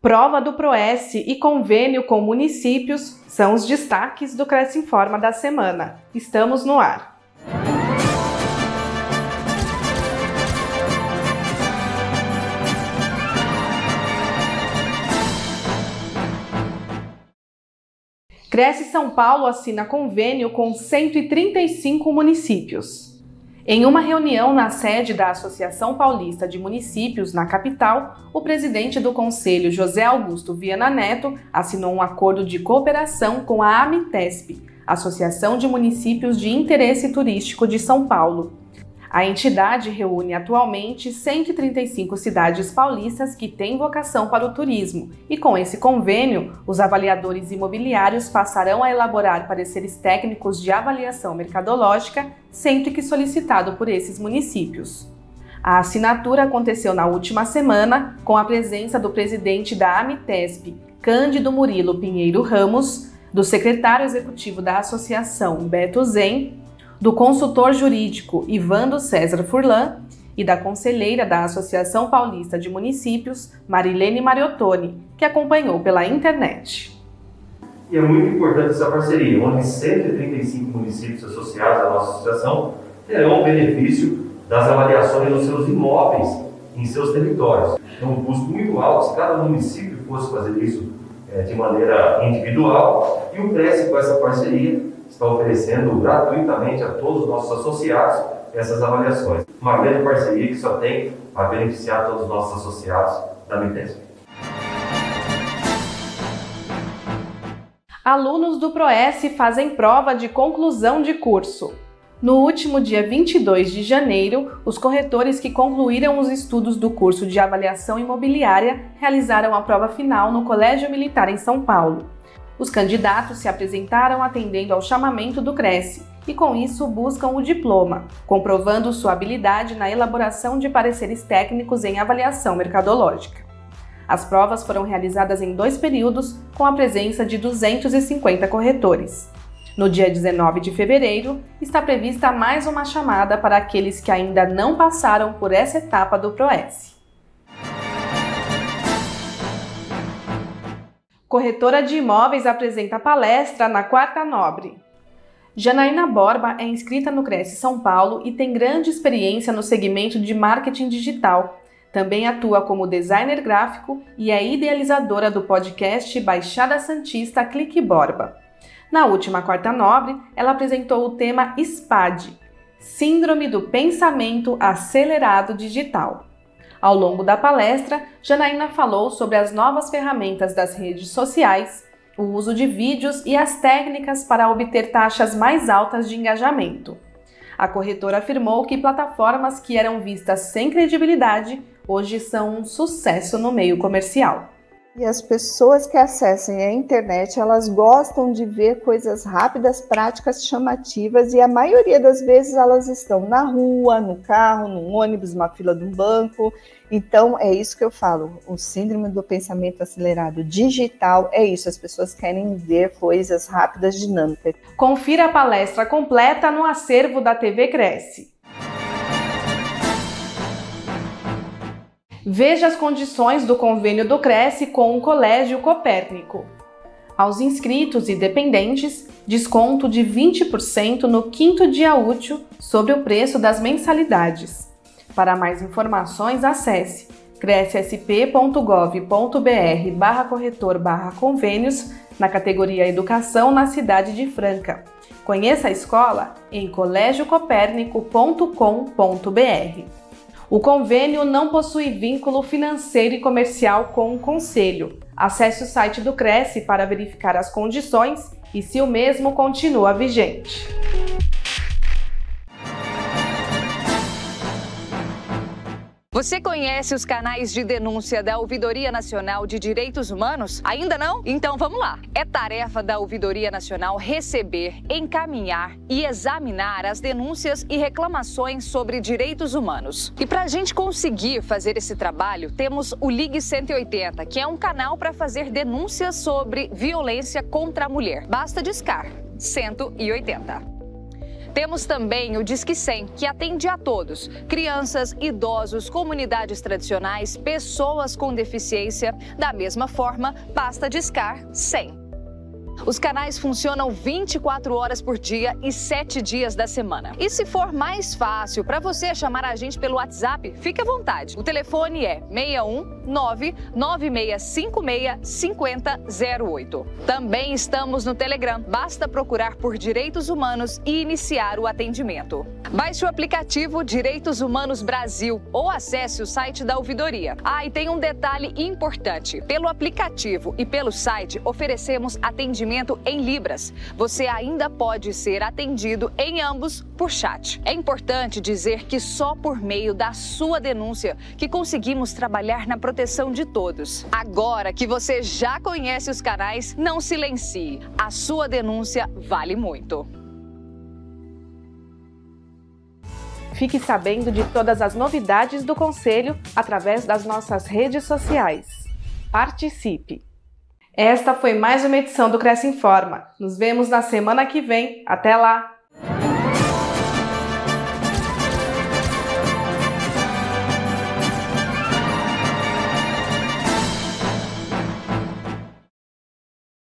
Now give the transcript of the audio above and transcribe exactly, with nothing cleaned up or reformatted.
Prova do Proesse e convênio com municípios são os destaques do Cresce Informa da semana. Estamos no ar. Cresce São Paulo assina convênio com cento e trinta e cinco municípios. Em uma reunião na sede da Associação Paulista de Municípios, na capital, o presidente do Conselho, José Augusto Viana Neto, assinou um acordo de cooperação com a AMITESP, Associação de Municípios de Interesse Turístico de São Paulo. A entidade reúne atualmente cento e trinta e cinco cidades paulistas que têm vocação para o turismo e, com esse convênio, os avaliadores imobiliários passarão a elaborar pareceres técnicos de avaliação mercadológica sempre que solicitado por esses municípios. A assinatura aconteceu na última semana com a presença do presidente da AMITESP, Cândido Murilo Pinheiro Ramos, do secretário executivo da associação, Beto Zen, do consultor jurídico Ivando César Furlan e da conselheira da Associação Paulista de Municípios, Marilene Mariottoni, que acompanhou pela internet. E é muito importante essa parceria, onde cento e trinta e cinco municípios associados à nossa associação terão o benefício das avaliações dos seus imóveis em seus territórios. É um custo muito alto, se cada município fosse fazer isso é, de maneira individual, e o Cresce, com essa parceria, está oferecendo gratuitamente a todos os nossos associados essas avaliações. Uma grande parceria que só tem a beneficiar todos os nossos associados da AMITESP. Alunos do Proesse fazem prova de conclusão de curso. No último dia vinte e dois de janeiro, os corretores que concluíram os estudos do curso de avaliação imobiliária realizaram a prova final no Colégio Militar em São Paulo. Os candidatos se apresentaram atendendo ao chamamento do Cresce e, com isso, buscam o diploma, comprovando sua habilidade na elaboração de pareceres técnicos em avaliação mercadológica. As provas foram realizadas em dois períodos, com a presença de duzentos e cinquenta corretores. No dia dezenove de fevereiro, está prevista mais uma chamada para aqueles que ainda não passaram por essa etapa do Proesse. Corretora de imóveis apresenta palestra na Quarta Nobre. Janaína Borba é inscrita no Cresce São Paulo e tem grande experiência no segmento de marketing digital. Também atua como designer gráfico e é idealizadora do podcast Baixada Santista Clique Borba. Na última Quarta Nobre, ela apresentou o tema S P A D, Síndrome do Pensamento Acelerado Digital. Ao longo da palestra, Janaína falou sobre as novas ferramentas das redes sociais, o uso de vídeos e as técnicas para obter taxas mais altas de engajamento. A corretora afirmou que plataformas que eram vistas sem credibilidade hoje são um sucesso no meio comercial. E as pessoas que acessem a internet, elas gostam de ver coisas rápidas, práticas, chamativas, e a maioria das vezes elas estão na rua, no carro, no ônibus, numa fila de um banco. Então, é isso que eu falo, o síndrome do pensamento acelerado digital é isso, as pessoas querem ver coisas rápidas, dinâmicas. Confira a palestra completa no acervo da T V Cresce. Veja as condições do convênio do Cresce com o Colégio Copérnico. Aos inscritos e dependentes, desconto de vinte por cento no quinto dia útil sobre o preço das mensalidades. Para mais informações, acesse crescsp ponto gov ponto br barra corretor barra convênios na categoria Educação na cidade de Franca. Conheça a escola em colégio copérnico ponto com ponto br. O convênio não possui vínculo financeiro e comercial com o Conselho. Acesse o site do Cresce para verificar as condições e se o mesmo continua vigente. Você conhece os canais de denúncia da Ouvidoria Nacional de Direitos Humanos? Ainda não? Então vamos lá! É tarefa da Ouvidoria Nacional receber, encaminhar e examinar as denúncias e reclamações sobre direitos humanos. E para a gente conseguir fazer esse trabalho, temos o Ligue cento e oitenta, que é um canal para fazer denúncias sobre violência contra a mulher. Basta discar cento e oitenta. Temos também o Disque cem, que atende a todos: crianças, idosos, comunidades tradicionais, pessoas com deficiência. Da mesma forma, basta discar cem. Os canais funcionam vinte e quatro horas por dia e sete dias da semana. E se for mais fácil para você chamar a gente pelo WhatsApp, fique à vontade. O telefone é seis um nove nove seis cinco seis cinco zero zero oito. Também estamos no Telegram. Basta procurar por Direitos Humanos e iniciar o atendimento. Baixe o aplicativo Direitos Humanos Brasil ou acesse o site da Ouvidoria. Ah, e tem um detalhe importante. Pelo aplicativo e pelo site, oferecemos atendimento em Libras. Você ainda pode ser atendido em ambos por chat. É importante dizer que só por meio da sua denúncia que conseguimos trabalhar na proteção de todos. Agora que você já conhece os canais, não silencie. A sua denúncia vale muito. Fique sabendo de todas as novidades do Conselho através das nossas redes sociais. Participe! Esta foi mais uma edição do Cresce Informa. Nos vemos na semana que vem. Até lá!